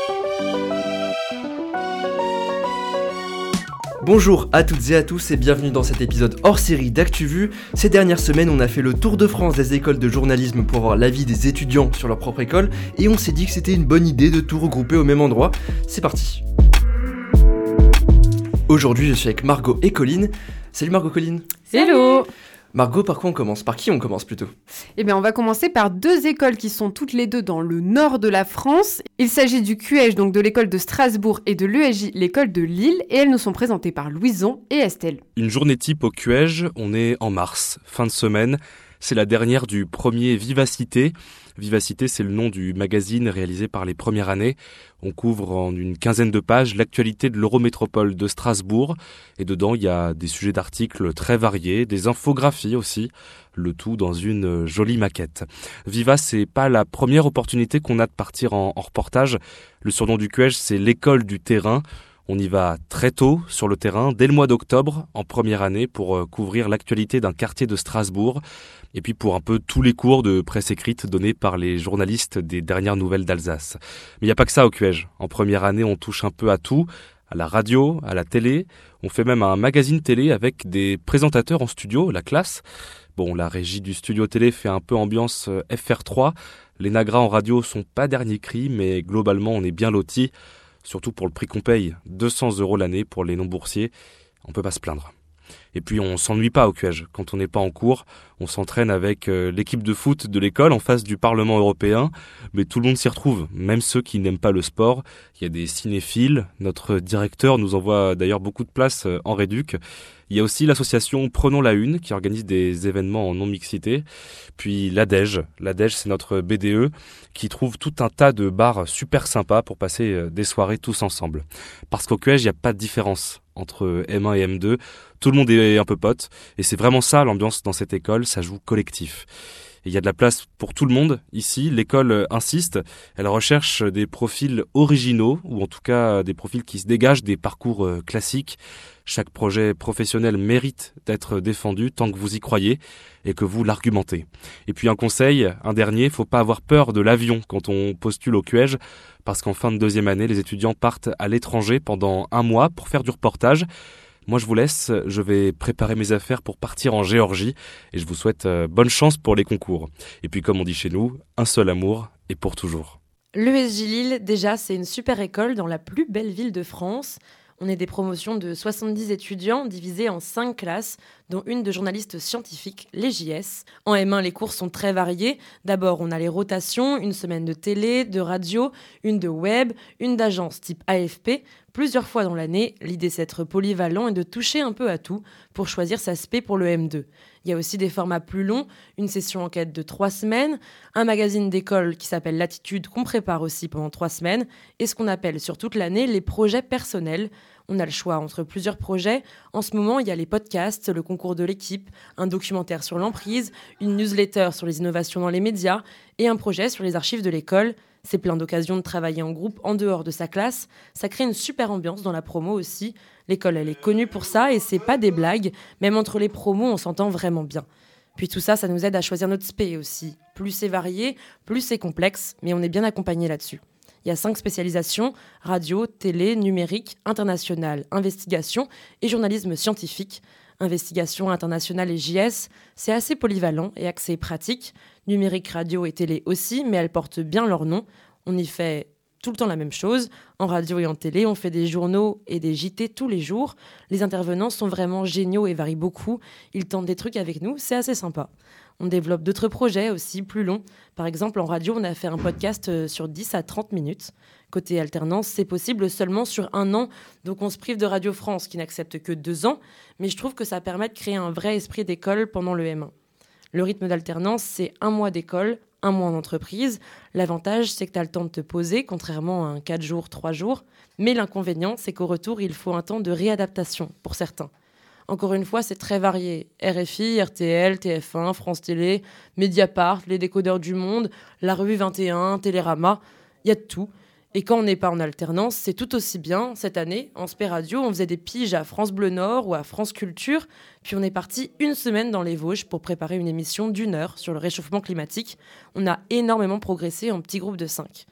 Bonjour à toutes et à tous et bienvenue dans cet épisode hors série d'ActuVu. Ces dernières semaines, on a fait le tour de France des écoles de journalisme pour voir l'avis des étudiants sur leur propre école et on s'est dit que c'était une bonne idée de tout regrouper au même endroit. C'est parti. Aujourd'hui, je suis avec Margot et Colline. Salut Margot, Colline. Hello. Margot, par quoi on commence ? Par qui on commence plutôt ? Eh bien, on va commencer par deux écoles qui sont toutes les deux dans le nord de la France. Il s'agit du QEJ, donc de l'école de Strasbourg, et de l'ESJ, l'école de Lille, et elles nous sont présentées par Louison et Estelle. Une journée type au QEJ, on est en mars, fin de semaine. C'est la dernière du premier Vivacité. Vivacité, c'est le nom du magazine réalisé par les premières années. On couvre en une quinzaine de pages l'actualité de l'Eurométropole de Strasbourg. Et dedans, il y a des sujets d'articles très variés, des infographies aussi, le tout dans une jolie maquette. Viva, c'est pas la première opportunité qu'on a de partir en reportage. Le surnom du QEJ, c'est l'école du terrain. On y va très tôt sur le terrain, dès le mois d'octobre, en première année, pour couvrir l'actualité d'un quartier de Strasbourg, et puis pour un peu tous les cours de presse écrite donnés par les journalistes des dernières nouvelles d'Alsace. Mais il n'y a pas que ça au QEJ. En première année, on touche un peu à tout, à la radio, à la télé. On fait même un magazine télé avec des présentateurs en studio, la classe. Bon, la régie du studio télé fait un peu ambiance FR3. Les nagras en radio sont pas dernier cri, mais globalement, on est bien lotis. Surtout pour le prix qu'on paye, 200 € l'année pour les non-boursiers, on peut pas se plaindre. Et puis on s'ennuie pas au QEJ. Quand on n'est pas en cours, on s'entraîne avec l'équipe de foot de l'école en face du Parlement européen, mais tout le monde s'y retrouve, même ceux qui n'aiment pas le sport. Il y a des cinéphiles, notre directeur nous envoie d'ailleurs beaucoup de places en réduc. Il y a aussi l'association Prenons la Une qui organise des événements en non-mixité. Puis l'ADEJ, c'est notre BDE qui trouve tout un tas de bars super sympas pour passer des soirées tous ensemble. Parce qu'au QEJ, il n'y a pas de différence entre M1 et M2. Tout le monde est un peu pote et c'est vraiment ça l'ambiance dans cette école, ça joue collectif. Et il y a de la place pour tout le monde. Ici, l'école insiste, elle recherche des profils originaux, ou en tout cas des profils qui se dégagent des parcours classiques. Chaque projet professionnel mérite d'être défendu tant que vous y croyez et que vous l'argumentez. Et puis un conseil, un dernier, faut pas avoir peur de l'avion quand on postule au QEJ, parce qu'en fin de deuxième année, les étudiants partent à l'étranger pendant 1 mois pour faire du reportage. Moi, je vous laisse, je vais préparer mes affaires pour partir en Géorgie et je vous souhaite bonne chance pour les concours. Et puis, comme on dit chez nous, un seul amour et pour toujours. L'ESJ Lille, déjà, c'est une super école dans la plus belle ville de France. On est des promotions de 70 étudiants divisés en 5 classes, dont une de journalistes scientifiques, les JS. En M1, les cours sont très variés. D'abord, on a les rotations, une semaine de télé, de radio, une de web, une d'agence type AFP. Plusieurs fois dans l'année, l'idée c'est d'être polyvalent et de toucher un peu à tout pour choisir sa spé pour le M2. Il y a aussi des formats plus longs, une session enquête de 3 semaines, un magazine d'école qui s'appelle Latitude qu'on prépare aussi pendant 3 semaines, et ce qu'on appelle sur toute l'année les projets personnels. On a le choix entre plusieurs projets. En ce moment, il y a les podcasts, le concours de l'équipe, un documentaire sur l'emprise, une newsletter sur les innovations dans les médias et un projet sur les archives de l'école. C'est plein d'occasions de travailler en groupe en dehors de sa classe. Ça crée une super ambiance dans la promo aussi. L'école, elle est connue pour ça et c'est pas des blagues. Même entre les promos, on s'entend vraiment bien. Puis tout ça, ça nous aide à choisir notre spé aussi. Plus c'est varié, plus c'est complexe, mais on est bien accompagné là-dessus. Il y a 5 spécialisations, radio, télé, numérique, international, investigation et journalisme scientifique. Investigation internationale et JS, c'est assez polyvalent et axé pratique. Numérique, radio et télé aussi, mais elles portent bien leur nom. On y fait tout le temps la même chose. En radio et en télé, on fait des journaux et des JT tous les jours. Les intervenants sont vraiment géniaux et varient beaucoup. Ils tentent des trucs avec nous, c'est assez sympa. On développe d'autres projets aussi, plus longs. Par exemple, en radio, on a fait un podcast sur 10 à 30 minutes. Côté alternance, c'est possible seulement sur 1 an. Donc on se prive de Radio France, qui n'accepte que 2 ans. Mais je trouve que ça permet de créer un vrai esprit d'école pendant le M1. Le rythme d'alternance, c'est 1 mois d'école, 1 mois en entreprise. L'avantage, c'est que tu as le temps de te poser, contrairement à un 4 jours, 3 jours. Mais l'inconvénient, c'est qu'au retour, il faut un temps de réadaptation pour certains. Encore une fois, c'est très varié. RFI, RTL, TF1, France Télé, Mediapart, les décodeurs du monde, la revue 21, Télérama, il y a de tout. Et quand on n'est pas en alternance, c'est tout aussi bien. Cette année, en Spé Radio, on faisait des piges à France Bleu Nord ou à France Culture. Puis on est parti 1 semaine dans les Vosges pour préparer une émission d'1 heure sur le réchauffement climatique. On a énormément progressé en petits groupes de 5.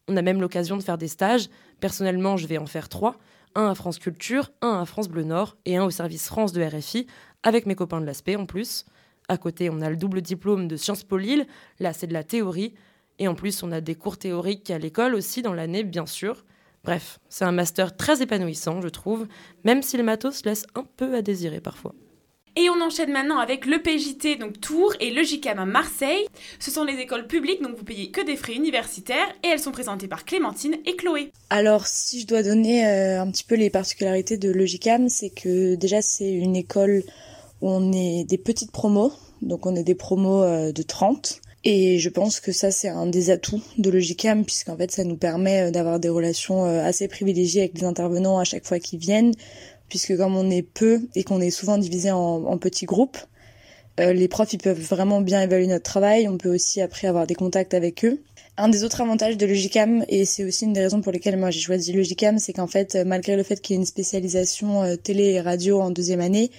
On a même l'occasion de faire des stages. Personnellement, je vais en faire 3. Un à France Culture, un à France Bleu Nord et un au service France de RFI, avec mes copains de l'ASPE en plus. À côté, on a le double diplôme de Sciences Po Lille. Là, c'est de la théorie. Et en plus, on a des cours théoriques à l'école aussi dans l'année, bien sûr. Bref, c'est un master très épanouissant, je trouve, même si le matos laisse un peu à désirer parfois. Et on enchaîne maintenant avec l'EPJT, donc Tours, et le JCAM à Marseille. Ce sont les écoles publiques, donc vous payez que des frais universitaires, et elles sont présentées par Clémentine et Chloé. Alors, si je dois donner un petit peu les particularités de l'EJCAM, c'est que déjà c'est une école où on est des petites promos, donc on est des promos de 30. Et je pense que ça, c'est un des atouts de l'EJCAM, puisqu'en fait, ça nous permet d'avoir des relations assez privilégiées avec les intervenants à chaque fois qu'ils viennent, puisque comme on est peu et qu'on est souvent divisé en petits groupes, les profs, ils peuvent vraiment bien évaluer notre travail. On peut aussi après avoir des contacts avec eux. Un des autres avantages de l'EJCAM, et c'est aussi une des raisons pour lesquelles moi j'ai choisi l'EJCAM, c'est qu'en fait, malgré le fait qu'il y ait une spécialisation télé et radio en deuxième année,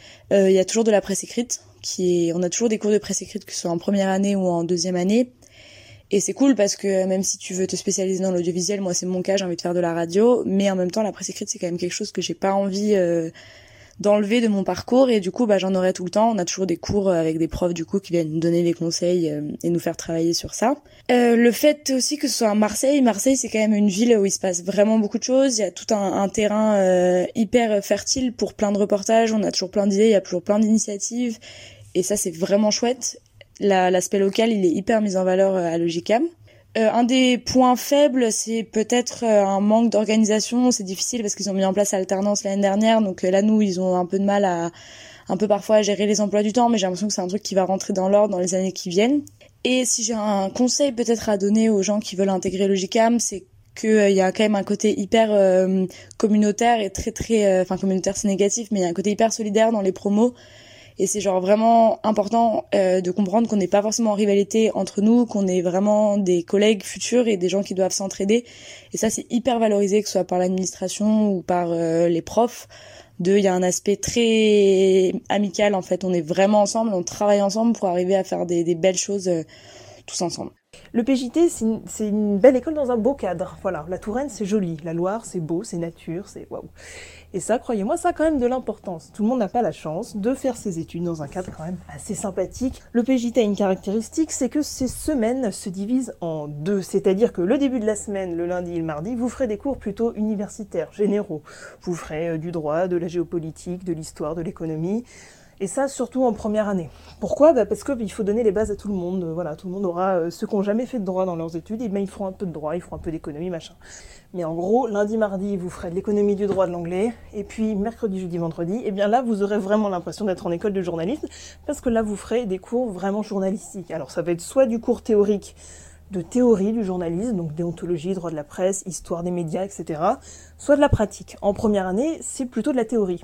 il y a toujours de la presse écrite. On a toujours des cours de presse écrite, que ce soit en première année ou en deuxième année. Et c'est cool parce que même si tu veux te spécialiser dans l'audiovisuel, moi c'est mon cas, j'ai envie de faire de la radio, mais en même temps la presse écrite c'est quand même quelque chose que j'ai pas envie d'enlever de mon parcours, et du coup j'en aurai tout le temps. On a toujours des cours avec des profs du coup qui viennent nous donner des conseils et nous faire travailler sur ça. Le fait aussi que ce soit à Marseille c'est quand même une ville où il se passe vraiment beaucoup de choses. Il y a tout un terrain hyper fertile pour plein de reportages, on a toujours plein d'idées, il y a toujours plein d'initiatives, et ça c'est vraiment chouette. L'aspect local il est hyper mis en valeur à l'EJCAM. Un des points faibles, c'est peut-être un manque d'organisation. C'est difficile parce qu'ils ont mis en place l'alternance l'année dernière. Donc là, nous, ils ont un peu de mal parfois à gérer les emplois du temps. Mais j'ai l'impression que c'est un truc qui va rentrer dans l'ordre dans les années qui viennent. Et si j'ai un conseil peut-être à donner aux gens qui veulent intégrer l'EJCAM, c'est qu'il y a quand même un côté hyper communautaire et très... communautaire, c'est négatif, mais il y a un côté hyper solidaire dans les promos. Et c'est vraiment important de comprendre qu'on n'est pas forcément en rivalité entre nous, qu'on est vraiment des collègues futurs et des gens qui doivent s'entraider. Et ça, c'est hyper valorisé, que ce soit par l'administration ou par les profs. Il y a un aspect très amical, en fait. On est vraiment ensemble, on travaille ensemble pour arriver à faire des belles choses tous ensemble. Le PJT, c'est une belle école dans un beau cadre. Voilà, la Touraine, c'est joli. La Loire, c'est beau, c'est nature, c'est waouh. Et ça, croyez-moi, ça a quand même de l'importance. Tout le monde n'a pas la chance de faire ses études dans un cadre quand même assez sympathique. Le PJT a une caractéristique, c'est que ces semaines se divisent en deux. C'est-à-dire que le début de la semaine, le lundi et le mardi, vous ferez des cours plutôt universitaires, généraux. Vous ferez du droit, de la géopolitique, de l'histoire, de l'économie. Et ça, surtout en première année. Pourquoi ? Parce qu'il faut donner les bases à tout le monde. Voilà, tout le monde aura, ceux qui n'ont jamais fait de droit dans leurs études, et bien ils feront un peu de droit, ils feront un peu d'économie, machin. Mais en gros, lundi, mardi, vous ferez de l'économie, du droit, de l'anglais, et puis mercredi, jeudi, vendredi, et bien là, vous aurez vraiment l'impression d'être en école de journalisme, parce que là, vous ferez des cours vraiment journalistiques. Alors ça va être soit du cours théorique, de théorie du journalisme, donc déontologie, droit de la presse, histoire des médias, etc., soit de la pratique. En première année, c'est plutôt de la théorie.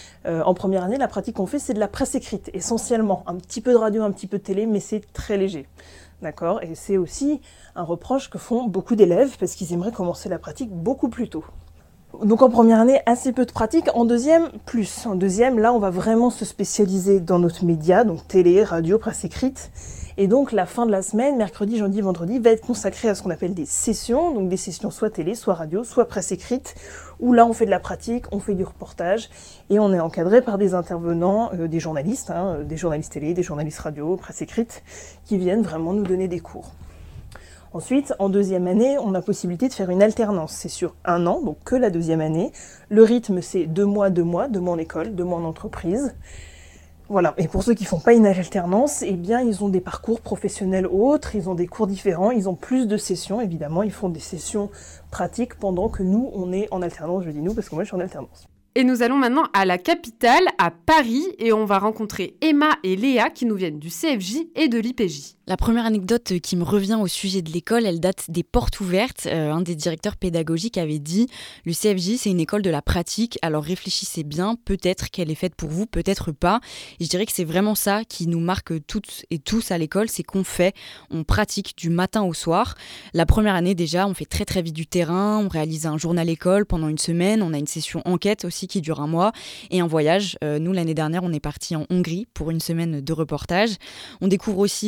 En première année, la pratique qu'on fait, c'est de la presse écrite, essentiellement. Un petit peu de radio, un petit peu de télé, mais c'est très léger. D'accord ? Et c'est aussi un reproche que font beaucoup d'élèves, parce qu'ils aimeraient commencer la pratique beaucoup plus tôt. Donc en première année, assez peu de pratique. En deuxième, plus. En deuxième, là, on va vraiment se spécialiser dans notre média, donc télé, radio, presse écrite. Et donc la fin de la semaine, mercredi, jeudi, vendredi, va être consacrée à ce qu'on appelle des sessions, donc des sessions soit télé, soit radio, soit presse écrite, où là on fait de la pratique, on fait du reportage, et on est encadré par des intervenants, des journalistes télé, des journalistes radio, presse écrite, qui viennent vraiment nous donner des cours. Ensuite, en deuxième année, on a possibilité de faire une alternance. C'est sur 1 an, donc que la deuxième année. Le rythme, c'est 2 mois en école, 2 mois en entreprise. Voilà, et pour ceux qui font pas une alternance, eh bien ils ont des parcours professionnels autres, ils ont des cours différents, ils ont plus de sessions, évidemment, ils font des sessions pratiques pendant que nous, on est en alternance, je dis nous parce que moi je suis en alternance. Et nous allons maintenant à la capitale, à Paris, et on va rencontrer Emma et Léa qui nous viennent du CFJ et de l'IPJ. La première anecdote qui me revient au sujet de l'école, elle date des portes ouvertes. Un des directeurs pédagogiques avait dit « Le CFJ, c'est une école de la pratique, alors réfléchissez bien, peut-être qu'elle est faite pour vous, peut-être pas. » Et je dirais que c'est vraiment ça qui nous marque toutes et tous à l'école, c'est qu'on pratique du matin au soir. La première année déjà, on fait très très vite du terrain, on réalise un journal école pendant une semaine, on a une session enquête aussi qui dure 1 mois, et un voyage. Nous, l'année dernière, on est parti en Hongrie pour une semaine de reportage. On découvre aussi tous les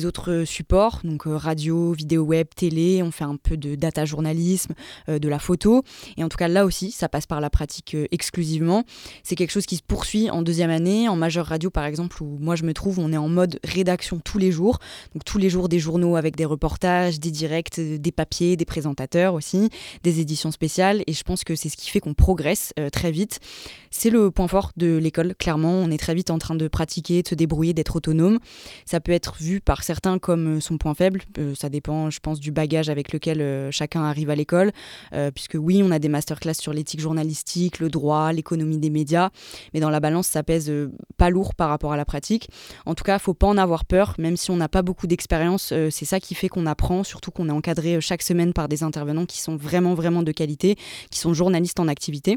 les autres supports, donc radio, vidéo web, télé, on fait un peu de data journalisme, de la photo. Et en tout cas, là aussi, ça passe par la pratique exclusivement. C'est quelque chose qui se poursuit en deuxième année. En majeure radio, par exemple, où moi je me trouve, on est en mode rédaction tous les jours. Donc tous les jours, des journaux avec des reportages, des directs, des papiers, des présentateurs aussi, des éditions spéciales. Et je pense que c'est ce qui fait qu'on progresse très vite. C'est le point fort de l'école, clairement. On est très vite en train de pratiquer, de se débrouiller, d'être autonome. Ça peut être vu par certains comme son point faible. Ça dépend, je pense, du bagage avec lequel chacun arrive à l'école. Puisque oui, on a des masterclass sur l'éthique journalistique, le droit, l'économie des médias. Mais dans la balance, ça pèse pas lourd par rapport à la pratique. En tout cas, il ne faut pas en avoir peur. Même si on n'a pas beaucoup d'expérience, c'est ça qui fait qu'on apprend. Surtout qu'on est encadré chaque semaine par des intervenants qui sont vraiment, vraiment de qualité, qui sont journalistes en activité.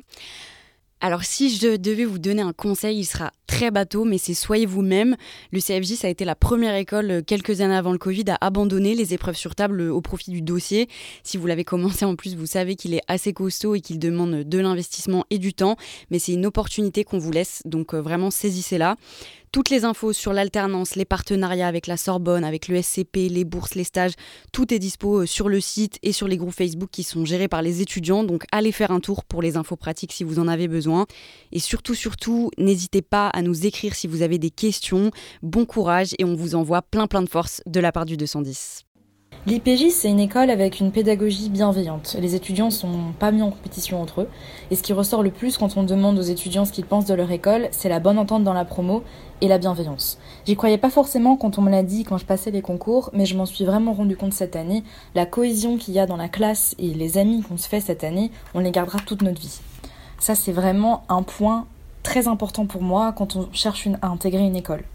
Alors si je devais vous donner un conseil, il sera très bateau, mais c'est soyez vous-même. Le CFJ, ça a été la première école quelques années avant le Covid à abandonner les épreuves sur table au profit du dossier. Si vous l'avez commencé en plus, vous savez qu'il est assez costaud et qu'il demande de l'investissement et du temps, mais c'est une opportunité qu'on vous laisse, donc vraiment saisissez-la. Toutes les infos sur l'alternance, les partenariats avec la Sorbonne, avec le SCP, les bourses, les stages, tout est dispo sur le site et sur les groupes Facebook qui sont gérés par les étudiants. Donc allez faire un tour pour les infos pratiques si vous en avez besoin. Et surtout, n'hésitez pas à nous écrire si vous avez des questions. Bon courage et on vous envoie plein de force de la part du 210. L'IPJ, c'est une école avec une pédagogie bienveillante. Les étudiants sont pas mis en compétition entre eux. Et ce qui ressort le plus quand on demande aux étudiants ce qu'ils pensent de leur école, c'est la bonne entente dans la promo et la bienveillance. J'y croyais pas forcément quand on me l'a dit quand je passais les concours, mais je m'en suis vraiment rendu compte cette année. La cohésion qu'il y a dans la classe et les amis qu'on se fait cette année, on les gardera toute notre vie. Ça, c'est vraiment un point très important pour moi quand on cherche à intégrer une école.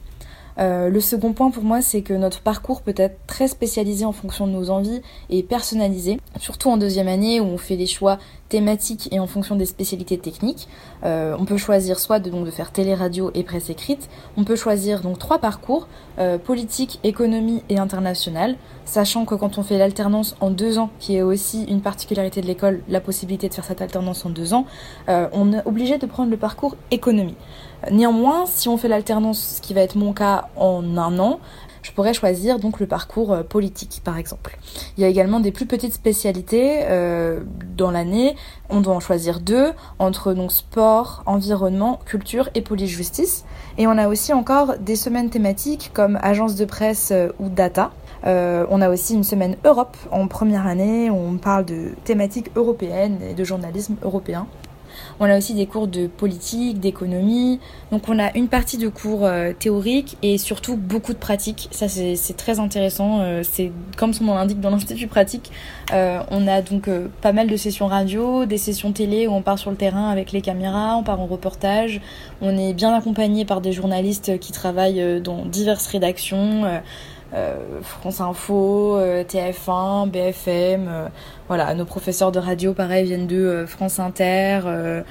Le second point pour moi, c'est que notre parcours peut être très spécialisé en fonction de nos envies et personnalisé, surtout en deuxième année où on fait des choix thématiques et en fonction des spécialités techniques. On peut choisir soit de faire télé, radio et presse écrite. On peut choisir donc 3 parcours, politique, économie et international, sachant que quand on fait l'alternance en 2 ans, qui est aussi une particularité de l'école, la possibilité de faire cette alternance en 2 ans, on est obligé de prendre le parcours économie. Néanmoins, si on fait l'alternance, ce qui va être mon cas en 1 an, je pourrais choisir donc le parcours politique par exemple. Il y a également des plus petites spécialités dans l'année. On doit en choisir 2 entre donc sport, environnement, culture et police-justice. Et on a aussi encore des semaines thématiques comme agence de presse ou data. On a aussi une semaine Europe en première année où on parle de thématiques européennes et de journalisme européen. On a aussi des cours de politique, d'économie. Donc on a une partie de cours théoriques et surtout beaucoup de pratiques. Ça c'est très intéressant. C'est comme son nom l'indique dans l'institut pratique. On a donc pas mal de sessions radio, des sessions télé où on part sur le terrain avec les caméras, on part en reportage. On est bien accompagné par des journalistes qui travaillent dans diverses rédactions. France Info, TF1, BFM, voilà, nos professeurs de radio pareil viennent de France Inter,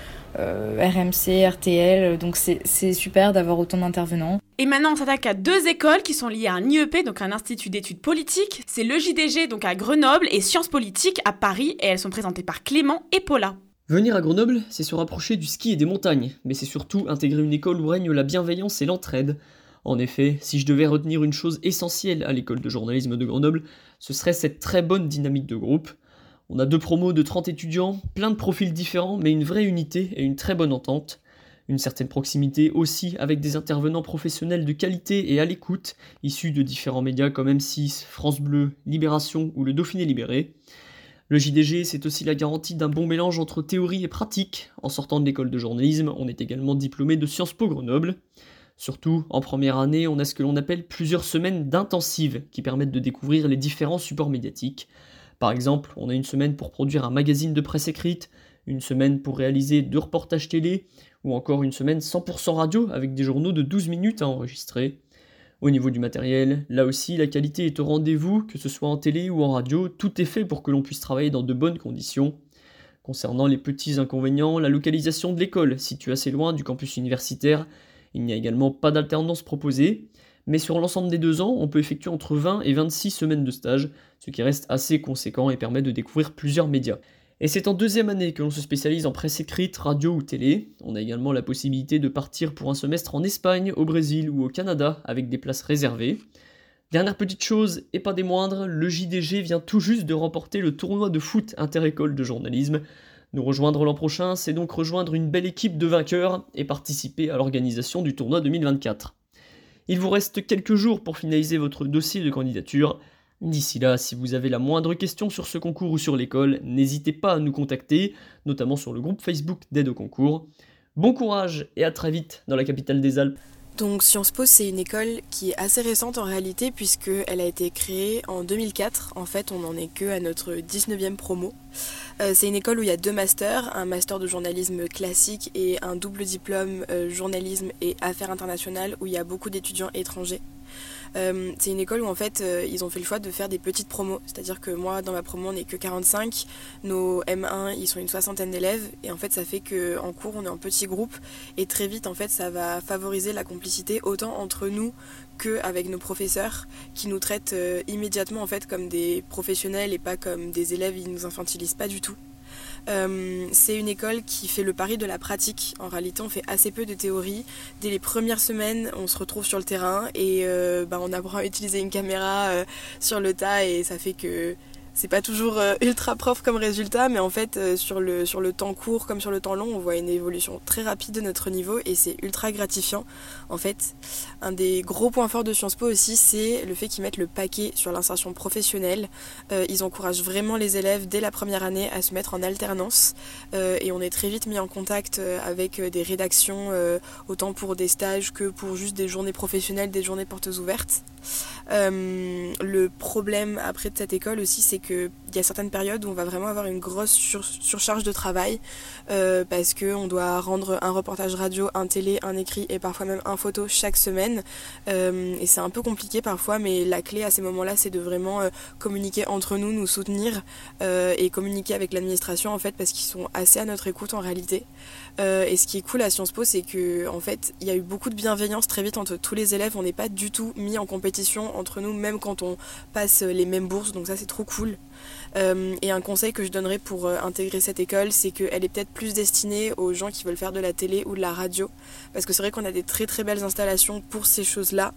RMC, RTL, donc c'est super d'avoir autant d'intervenants. Et maintenant on s'attaque à 2 écoles qui sont liées à un IEP, donc un institut d'études politiques. C'est le JDG donc à Grenoble et Sciences Politiques à Paris et elles sont présentées par Clément et Paula. Venir à Grenoble, c'est se rapprocher du ski et des montagnes, mais c'est surtout intégrer une école où règne la bienveillance et l'entraide. En effet, si je devais retenir une chose essentielle à l'école de journalisme de Grenoble, ce serait cette très bonne dynamique de groupe. On a 2 promos de 30 étudiants, plein de profils différents, mais une vraie unité et une très bonne entente. Une certaine proximité aussi avec des intervenants professionnels de qualité et à l'écoute, issus de différents médias comme M6, France Bleu, Libération ou le Dauphiné Libéré. Le JDG, c'est aussi la garantie d'un bon mélange entre théorie et pratique. En sortant de l'école de journalisme, on est également diplômé de Sciences Po Grenoble. Surtout, en première année, on a ce que l'on appelle plusieurs semaines d'intensives qui permettent de découvrir les différents supports médiatiques. Par exemple, on a une semaine pour produire un magazine de presse écrite, une semaine pour réaliser 2 reportages télé, ou encore une semaine 100% radio avec des journaux de 12 minutes à enregistrer. Au niveau du matériel, là aussi, la qualité est au rendez-vous, que ce soit en télé ou en radio, tout est fait pour que l'on puisse travailler dans de bonnes conditions. Concernant les petits inconvénients, la localisation de l'école, située assez loin du campus universitaire, il n'y a également pas d'alternance proposée, mais sur l'ensemble des 2 ans, on peut effectuer entre 20 et 26 semaines de stage, ce qui reste assez conséquent et permet de découvrir plusieurs médias. Et c'est en 2e année que l'on se spécialise en presse écrite, radio ou télé. On a également la possibilité de partir pour un semestre en Espagne, au Brésil ou au Canada, avec des places réservées. Dernière petite chose, et pas des moindres, le JDG vient tout juste de remporter le tournoi de foot inter-école de journalisme. Nous rejoindre l'an prochain, c'est donc rejoindre une belle équipe de vainqueurs et participer à l'organisation du tournoi 2024. Il vous reste quelques jours pour finaliser votre dossier de candidature. D'ici là, si vous avez la moindre question sur ce concours ou sur l'école, n'hésitez pas à nous contacter, notamment sur le groupe Facebook d'aide au concours. Bon courage et à très vite dans la capitale des Alpes. Donc Sciences Po, c'est une école qui est assez récente en réalité puisqu'elle a été créée en 2004. En fait, on n'en est que à notre 19e promo. C'est une école où il y a 2 masters, un master de journalisme classique et un double diplôme journalisme et affaires internationales où il y a beaucoup d'étudiants étrangers. C'est une école où en fait ils ont fait le choix de faire des petites promos, c'est-à-dire que moi dans ma promo on n'est que 45, nos M1 ils sont une 60aine d'élèves et en fait ça fait qu'en cours on est en petits groupes et très vite en fait ça va favoriser la complicité autant entre nous qu'avec nos professeurs qui nous traitent immédiatement en fait comme des professionnels et pas comme des élèves, ils nous infantilisent pas du tout. C'est une école qui fait le pari de la pratique. En réalité, on fait assez peu de théorie. Dès les premières semaines, on se retrouve sur le terrain et on apprend à utiliser une caméra sur le tas et ça fait que c'est pas toujours ultra prof comme résultat, mais en fait sur le temps court comme sur le temps long, on voit une évolution très rapide de notre niveau et c'est ultra gratifiant. En fait, un des gros points forts de Sciences Po aussi, c'est le fait qu'ils mettent le paquet sur l'insertion professionnelle. Ils encouragent vraiment les élèves dès la première année à se mettre en alternance et on est très vite mis en contact avec des rédactions, autant pour des stages que pour juste des journées professionnelles, des journées portes ouvertes. Le problème après de cette école aussi, c'est qu'il y a certaines périodes où on va vraiment avoir une grosse surcharge de travail parce qu'on doit rendre un reportage radio, un télé, un écrit et parfois même un photo chaque semaine et c'est un peu compliqué parfois, mais la clé à ces moments-là c'est de vraiment communiquer entre nous, nous soutenir et communiquer avec l'administration en fait parce qu'ils sont assez à notre écoute en réalité. Et ce qui est cool à Sciences Po, c'est que en fait il y a eu beaucoup de bienveillance très vite entre tous les élèves, on n'est pas du tout mis en compétition entre nous même quand on passe les mêmes bourses, donc ça c'est trop cool. Et un conseil que je donnerais pour intégrer cette école, c'est qu'elle est peut-être plus destinée aux gens qui veulent faire de la télé ou de la radio, parce que c'est vrai qu'on a des très très belles installations pour ces choses-là,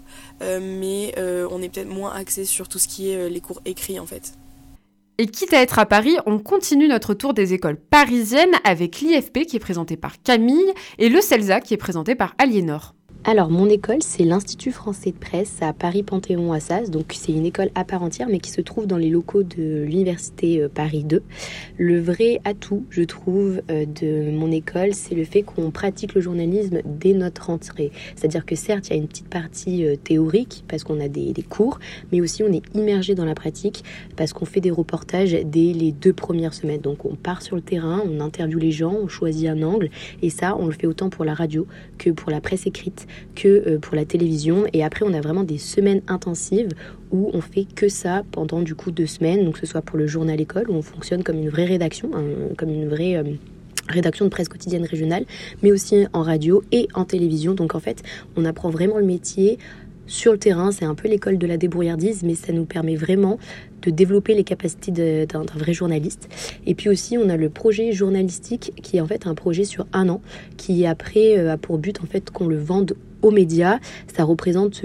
mais on est peut-être moins axé sur tout ce qui est les cours écrits en fait. Et quitte à être à Paris, on continue notre tour des écoles parisiennes avec l'IFP qui est présenté par Camille et le CELSA qui est présenté par Aliénor. Alors, mon école, c'est l'Institut français de presse à Paris-Panthéon-Assas. Donc, c'est une école à part entière, mais qui se trouve dans les locaux de l'Université Paris 2. Le vrai atout, je trouve, de mon école, c'est le fait qu'on pratique le journalisme dès notre rentrée. C'est-à-dire que certes, il y a une petite partie théorique, parce qu'on a des cours, mais aussi on est immergé dans la pratique, parce qu'on fait des reportages dès les 2 premières semaines. Donc, on part sur le terrain, on interviewe les gens, on choisit un angle, et ça, on le fait autant pour la radio que pour la presse écrite, que pour la télévision. Et après on a vraiment des semaines intensives où on fait que ça pendant du coup 2 semaines, donc que ce soit pour le journal école où on fonctionne comme une vraie rédaction, comme une vraie rédaction de presse quotidienne régionale, mais aussi en radio et en télévision. Donc en fait on apprend vraiment le métier sur le terrain, c'est un peu l'école de la débrouillardise, mais ça nous permet vraiment de développer les capacités d'un vrai journaliste. Et puis aussi, on a le projet journalistique qui est en fait un projet sur 1 an, qui après a pour but en fait qu'on le vende aux médias. Ça représente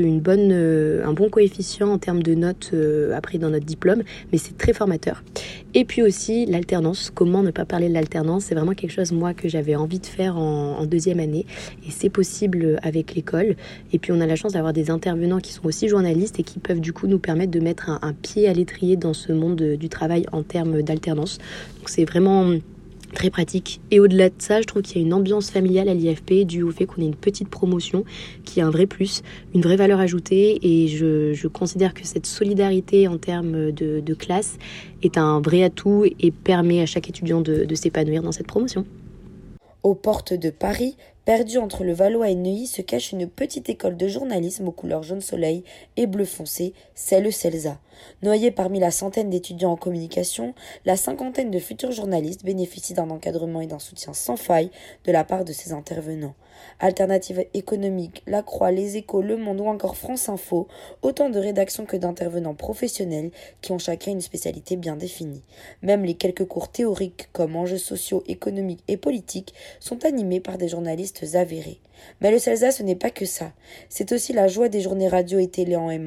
un bon coefficient en termes de notes après dans notre diplôme, mais c'est très formateur. Et puis aussi l'alternance. Comment ne pas parler de l'alternance? C'est vraiment quelque chose moi que j'avais envie de faire en 2e année et c'est possible avec l'école. Et puis on a la chance d'avoir des intervenants qui sont aussi journalistes et qui peuvent du coup nous permettre de mettre un pied à l'étrier dans ce monde du travail en termes d'alternance. Donc c'est vraiment très pratique. Et au-delà de ça, je trouve qu'il y a une ambiance familiale à l'IFP due au fait qu'on ait une petite promotion qui est un vrai plus, une vraie valeur ajoutée et je considère que cette solidarité en termes de classe est un vrai atout et permet à chaque étudiant de s'épanouir dans cette promotion. Aux portes de Paris, perdue entre le Valois et Neuilly, se cache une petite école de journalisme aux couleurs jaune soleil et bleu foncé, c'est le CELSA. Noyée parmi la centaine d'étudiants en communication, la 50aine de futurs journalistes bénéficient d'un encadrement et d'un soutien sans faille de la part de ses intervenants. Alternative économique, La Croix, Les Échos, Le Monde ou encore France Info, autant de rédactions que d'intervenants professionnels qui ont chacun une spécialité bien définie. Même les quelques cours théoriques comme enjeux sociaux, économiques et politiques sont animés par des journalistes avérés. Mais le CELSA, ce n'est pas que ça. C'est aussi la joie des journées radio et télé en M1.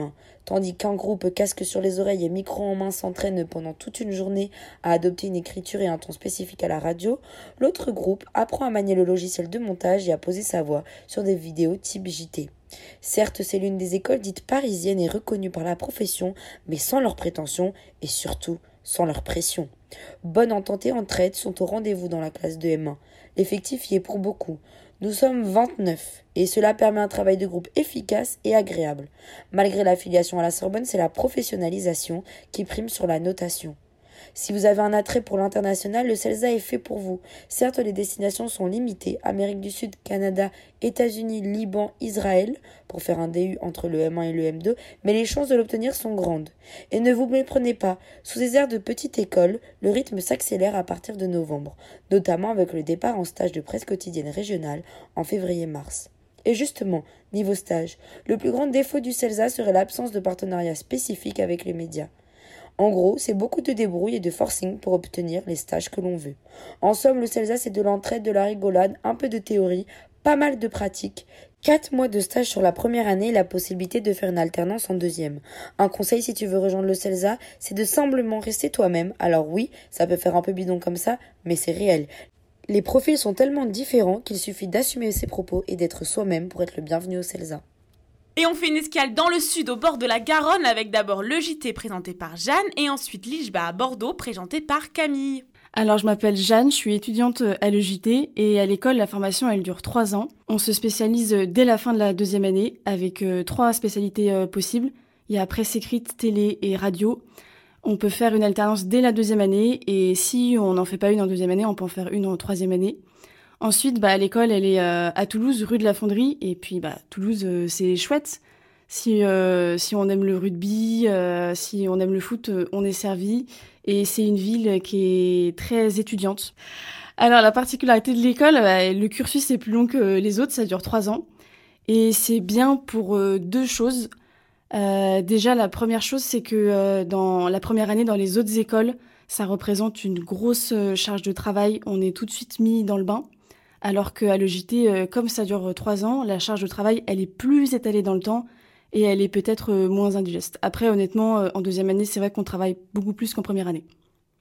Tandis qu'un groupe casque sur les oreilles et micro en main s'entraîne pendant toute une journée à adopter une écriture et un ton spécifique à la radio, l'autre groupe apprend à manier le logiciel de montage et à poser sa voix sur des vidéos type JT. Certes, c'est l'une des écoles dites parisiennes et reconnues par la profession, mais sans leurs prétentions et surtout sans leur pression. Bonne entente et entraide sont au rendez-vous dans la classe de M1. L'effectif y est pour beaucoup. Nous sommes 29 et cela permet un travail de groupe efficace et agréable. Malgré l'affiliation à la Sorbonne, c'est la professionnalisation qui prime sur la notation. Si vous avez un attrait pour l'international, le CELSA est fait pour vous. Certes, les destinations sont limitées, Amérique du Sud, Canada, États-Unis, Liban, Israël, pour faire un DU entre le M1 et le M2, mais les chances de l'obtenir sont grandes. Et ne vous méprenez pas, sous des airs de petite école, le rythme s'accélère à partir de novembre, notamment avec le départ en stage de presse quotidienne régionale en février-mars. Et justement, niveau stage, le plus grand défaut du CELSA serait l'absence de partenariat spécifique avec les médias. En gros, c'est beaucoup de débrouille et de forcing pour obtenir les stages que l'on veut. En somme, le CELSA, c'est de l'entraide, de la rigolade, un peu de théorie, pas mal de pratique. 4 mois de stage sur la première année et la possibilité de faire une alternance en deuxième. Un conseil si tu veux rejoindre le CELSA, c'est de simplement rester toi-même. Alors oui, ça peut faire un peu bidon comme ça, mais c'est réel. Les profils sont tellement différents qu'il suffit d'assumer ses propos et d'être soi-même pour être le bienvenu au CELSA. Et on fait une escale dans le sud au bord de la Garonne avec d'abord le JT présenté par Jeanne et ensuite l'IJBA à Bordeaux présenté par Camille. Alors je m'appelle Jeanne, je suis étudiante à l'EJT et à l'école la formation elle dure 3 ans. On se spécialise dès la fin de la 2e année avec 3 spécialités possibles. Il y a presse écrite, télé et radio. On peut faire une alternance dès la 2e année et si on n'en fait pas une en 2e année, on peut en faire une en 3e année. Ensuite, l'école, elle est à Toulouse, rue de la Fonderie. Et puis, Toulouse, c'est chouette. Si on aime le rugby, si on aime le foot, on est servi. Et c'est une ville qui est très étudiante. Alors, la particularité de l'école, le cursus est plus long que les autres, ça dure 3 ans. Et c'est bien pour 2 choses. Déjà, la première chose, c'est que dans la première année, dans les autres écoles, ça représente une grosse charge de travail. On est tout de suite mis dans le bain. Alors qu'à l'EJT, comme ça dure 3 ans, la charge de travail, elle est plus étalée dans le temps et elle est peut-être moins indigeste. Après, honnêtement, en 2e année, c'est vrai qu'on travaille beaucoup plus qu'en première année.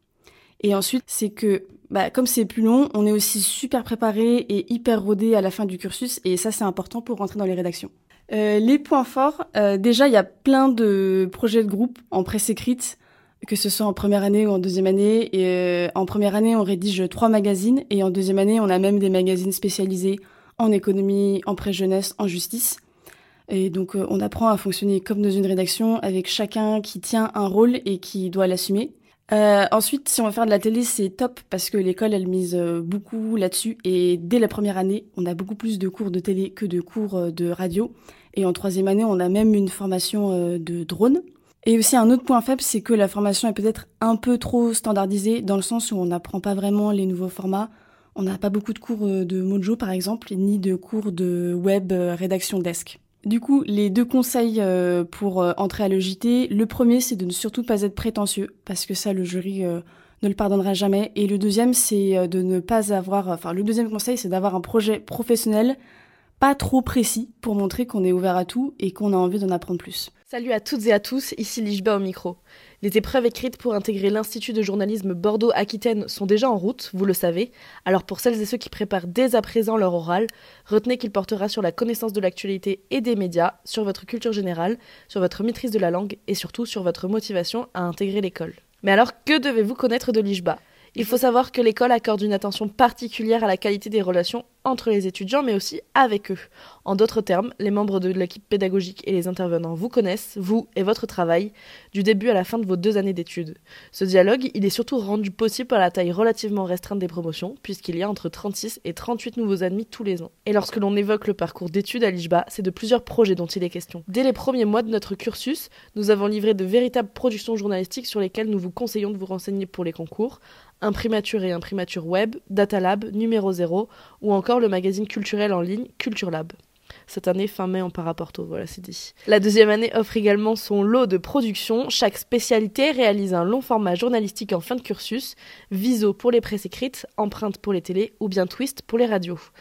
Et ensuite, c'est que, comme c'est plus long, on est aussi super préparé et hyper rodé à la fin du cursus et ça, c'est important pour rentrer dans les rédactions. Les points forts, déjà, il y a plein de projets de groupe en presse écrite, que ce soit en première année ou en 2e année. Et en première année, on rédige 3 magazines. Et en 2e année, on a même des magazines spécialisés en économie, en presse jeunesse, en justice. Et donc, on apprend à fonctionner comme dans une rédaction, avec chacun qui tient un rôle et qui doit l'assumer. Ensuite, si on veut faire de la télé, c'est top parce que l'école, elle mise beaucoup là-dessus. Et dès la première année, on a beaucoup plus de cours de télé que de cours de radio. Et en 3e année, on a même une formation de drone. Et aussi un autre point faible, c'est que la formation est peut-être un peu trop standardisée dans le sens où on n'apprend pas vraiment les nouveaux formats. On n'a pas beaucoup de cours de Mojo par exemple, ni de cours de web rédaction desk. Du coup, les 2 conseils pour entrer à l'EJT, le premier c'est de ne surtout pas être prétentieux, parce que ça le jury ne le pardonnera jamais. Et le deuxième c'est de ne pas avoir... le deuxième conseil c'est d'avoir un projet professionnel pas trop précis pour montrer qu'on est ouvert à tout et qu'on a envie d'en apprendre plus. Salut à toutes et à tous, ici l'IJBA au micro. Les épreuves écrites pour intégrer l'Institut de journalisme Bordeaux-Aquitaine sont déjà en route, vous le savez. Alors pour celles et ceux qui préparent dès à présent leur oral, retenez qu'il portera sur la connaissance de l'actualité et des médias, sur votre culture générale, sur votre maîtrise de la langue et surtout sur votre motivation à intégrer l'école. Mais alors, que devez-vous connaître de l'IJBA ? Il faut savoir que l'école accorde une attention particulière à la qualité des relations entre les étudiants, mais aussi avec eux. En d'autres termes, les membres de l'équipe pédagogique et les intervenants vous connaissent, vous et votre travail, du début à la fin de vos 2 années d'études. Ce dialogue, il est surtout rendu possible par la taille relativement restreinte des promotions, puisqu'il y a entre 36 et 38 nouveaux admis tous les ans. Et lorsque l'on évoque le parcours d'études à l'IJBA, c'est de plusieurs projets dont il est question. Dès les premiers mois de notre cursus, nous avons livré de véritables productions journalistiques sur lesquelles nous vous conseillons de vous renseigner pour les concours, Imprimature et Imprimature Web, Data Lab, Numéro 0, ou encore le magazine culturel en ligne Culture Lab. Cette année, fin mai, on part à Porto, voilà, c'est dit. La 2e année offre également son lot de productions. Chaque spécialité réalise un long format journalistique en fin de cursus, Viso pour les presses écrites, Empreinte pour les télés ou bien Twist pour les radios.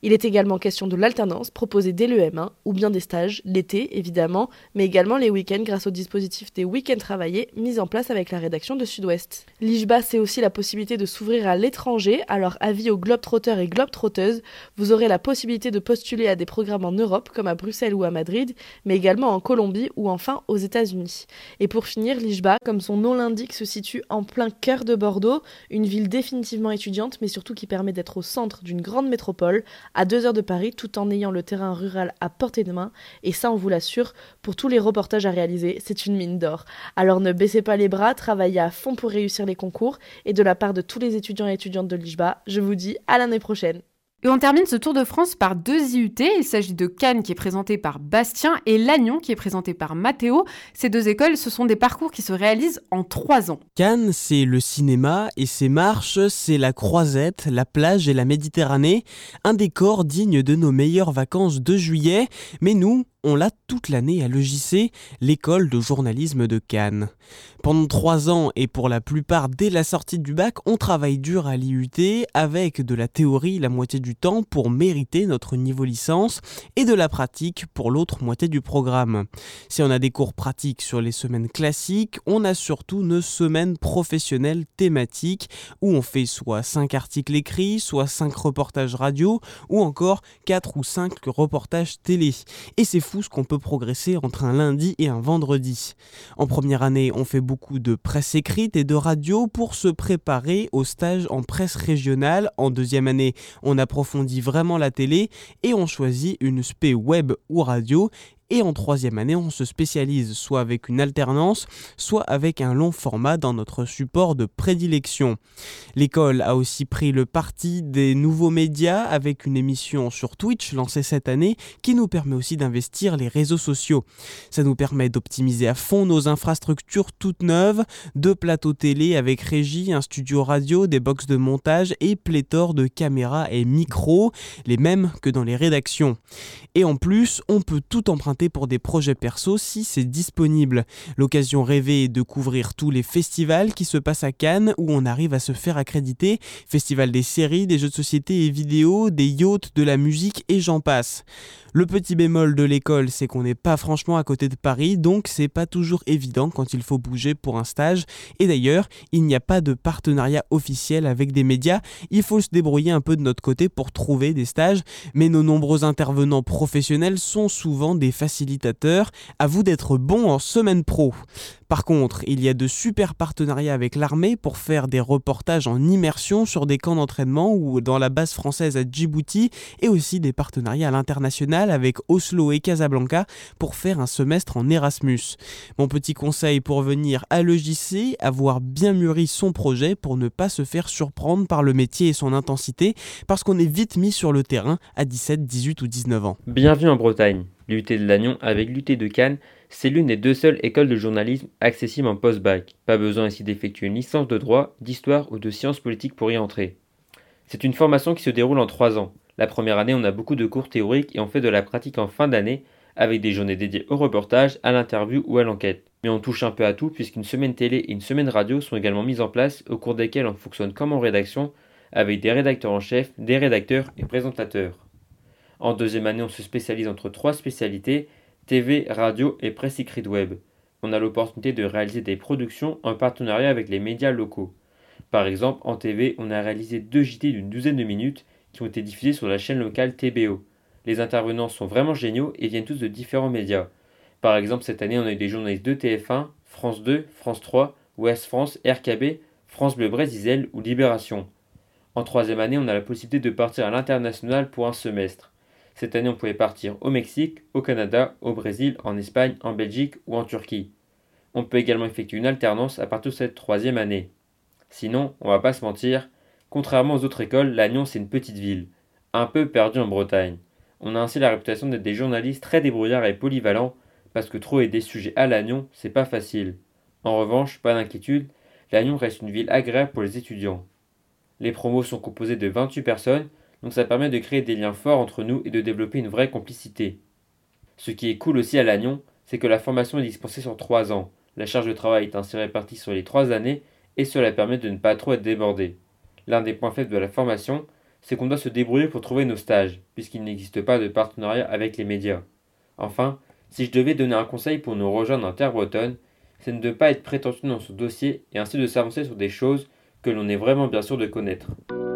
Il est également question de l'alternance proposée dès le M1 ou bien des stages, l'été évidemment, mais également les week-ends grâce au dispositif des week-ends travaillés mis en place avec la rédaction de Sud-Ouest. L'IJBA, c'est aussi la possibilité de s'ouvrir à l'étranger, alors avis aux globetrotters et globetrotteuses, vous aurez la possibilité de postuler à des programmes en Europe comme à Bruxelles ou à Madrid, mais également en Colombie ou enfin aux États-Unis. Et pour finir, l'IJBA, comme son nom l'indique, se situe en plein cœur de Bordeaux, une ville définitivement étudiante, mais surtout qui permet d'être au centre d'une grande métropole, à 2 heures de Paris, tout en ayant le terrain rural à portée de main. Et ça, on vous l'assure, pour tous les reportages à réaliser, c'est une mine d'or. Alors ne baissez pas les bras, travaillez à fond pour réussir les concours. Et de la part de tous les étudiants et étudiantes de l'IJBA, je vous dis à l'année prochaine. Et on termine ce Tour de France par 2 IUT. Il s'agit de Cannes qui est présenté par Bastien et Lannion qui est présenté par Mathéo. Ces 2 écoles, ce sont des parcours qui se réalisent en 3 ans. Cannes, c'est le cinéma et ses marches, c'est la croisette, la plage et la Méditerranée. Un décor digne de nos meilleures vacances de juillet. Mais nous, on l'a toute l'année à l'EJC, l'école de journalisme de Cannes. Pendant 3 ans et pour la plupart dès la sortie du bac, on travaille dur à l'IUT avec de la théorie la moitié du temps pour mériter notre niveau licence et de la pratique pour l'autre moitié du programme. Si on a des cours pratiques sur les semaines classiques, on a surtout nos semaines professionnelles thématiques où on fait soit 5 articles écrits, soit 5 reportages radio ou encore 4 ou 5 reportages télé. Et c'est fou ce qu'on peut progresser entre un lundi et un vendredi. En première année, on fait beaucoup de presse écrite et de radio pour se préparer au stage en presse régionale. En deuxième année, on approfondit vraiment la télé et on choisit une spé web ou radio. Et en troisième année, on se spécialise soit avec une alternance, soit avec un long format dans notre support de prédilection. L'école a aussi pris le parti des nouveaux médias avec une émission sur Twitch lancée cette année qui nous permet aussi d'investir les réseaux sociaux. Ça nous permet d'optimiser à fond nos infrastructures toutes neuves, 2 plateaux télé avec régie, un studio radio, des box de montage et pléthore de caméras et micros, les mêmes que dans les rédactions. Et en plus, on peut tout emprunter pour des projets perso si c'est disponible. L'occasion rêvée est de couvrir tous les festivals qui se passent à Cannes où on arrive à se faire accréditer. Festival des séries, des jeux de société et vidéos, des yachts, de la musique et j'en passe. Le petit bémol de l'école, c'est qu'on n'est pas franchement à côté de Paris, donc c'est pas toujours évident quand il faut bouger pour un stage. Et d'ailleurs, il n'y a pas de partenariat officiel avec des médias, il faut se débrouiller un peu de notre côté pour trouver des stages, mais nos nombreux intervenants professionnels sont souvent des facilitateurs. À vous d'être bon en semaine pro. Par contre, il y a de super partenariats avec l'armée pour faire des reportages en immersion sur des camps d'entraînement ou dans la base française à Djibouti et aussi des partenariats à l'international avec Oslo et Casablanca pour faire un semestre en Erasmus. Mon petit conseil pour venir à l'EJC, avoir bien mûri son projet pour ne pas se faire surprendre par le métier et son intensité parce qu'on est vite mis sur le terrain à 17, 18 ou 19 ans. Bienvenue en Bretagne. L'UT de Lannion avec l'UT de Cannes, c'est l'une des 2 seules écoles de journalisme accessibles en post-bac. Pas besoin ici d'effectuer une licence de droit, d'histoire ou de sciences politiques pour y entrer. C'est une formation qui se déroule en 3 ans. La première année, on a beaucoup de cours théoriques et on fait de la pratique en fin d'année avec des journées dédiées au reportage, à l'interview ou à l'enquête. Mais on touche un peu à tout puisqu'une semaine télé et une semaine radio sont également mises en place au cours desquelles on fonctionne comme en rédaction avec des rédacteurs en chef, des rédacteurs et présentateurs. En deuxième année, on se spécialise entre 3 spécialités, TV, radio et presse écrite web. On a l'opportunité de réaliser des productions en partenariat avec les médias locaux. Par exemple, en TV, on a réalisé 2 JT d'une 12aine de minutes qui ont été diffusés sur la chaîne locale TBO. Les intervenants sont vraiment géniaux et viennent tous de différents médias. Par exemple, cette année, on a eu des journalistes de TF1, France 2, France 3, Ouest France, RKB, France Bleu Brésil ou Libération. En troisième année, on a la possibilité de partir à l'international pour un semestre. Cette année, on pouvait partir au Mexique, au Canada, au Brésil, en Espagne, en Belgique ou en Turquie. On peut également effectuer une alternance à partir de cette 3e année. Sinon, on va pas se mentir, contrairement aux autres écoles, Lannion c'est une petite ville, un peu perdue en Bretagne. On a ainsi la réputation d'être des journalistes très débrouillards et polyvalents, parce que trouver des sujets à Lannion, c'est pas facile. En revanche, pas d'inquiétude, Lannion reste une ville agréable pour les étudiants. Les promos sont composés de 28 personnes, donc ça permet de créer des liens forts entre nous et de développer une vraie complicité. Ce qui est cool aussi à Lannion, c'est que la formation est dispensée sur 3 ans. La charge de travail est ainsi répartie sur les 3 années et cela permet de ne pas trop être débordé. L'un des points faibles de la formation, c'est qu'on doit se débrouiller pour trouver nos stages, puisqu'il n'existe pas de partenariat avec les médias. Enfin, si je devais donner un conseil pour nous rejoindre en terre bretonne, c'est de ne pas être prétentieux dans son dossier et ainsi de s'avancer sur des choses que l'on est vraiment bien sûr de connaître.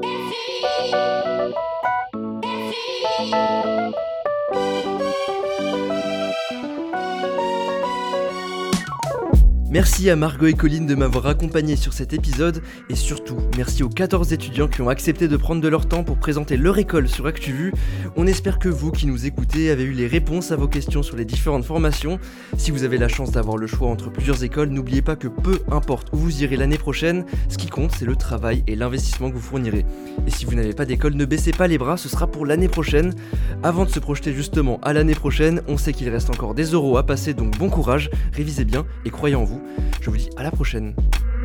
Merci à Margot et Colline de m'avoir accompagné sur cet épisode et surtout, merci aux 14 étudiants qui ont accepté de prendre de leur temps pour présenter leur école sur ActuVu. On espère que vous qui nous écoutez avez eu les réponses à vos questions sur les différentes formations. Si vous avez la chance d'avoir le choix entre plusieurs écoles, n'oubliez pas que peu importe où vous irez l'année prochaine, ce qui compte c'est le travail et l'investissement que vous fournirez. Et si vous n'avez pas d'école, ne baissez pas les bras, ce sera pour l'année prochaine. Avant de se projeter justement à l'année prochaine, on sait qu'il reste encore des euros à passer, donc bon courage, révisez bien et croyez en vous. Je vous dis à la prochaine.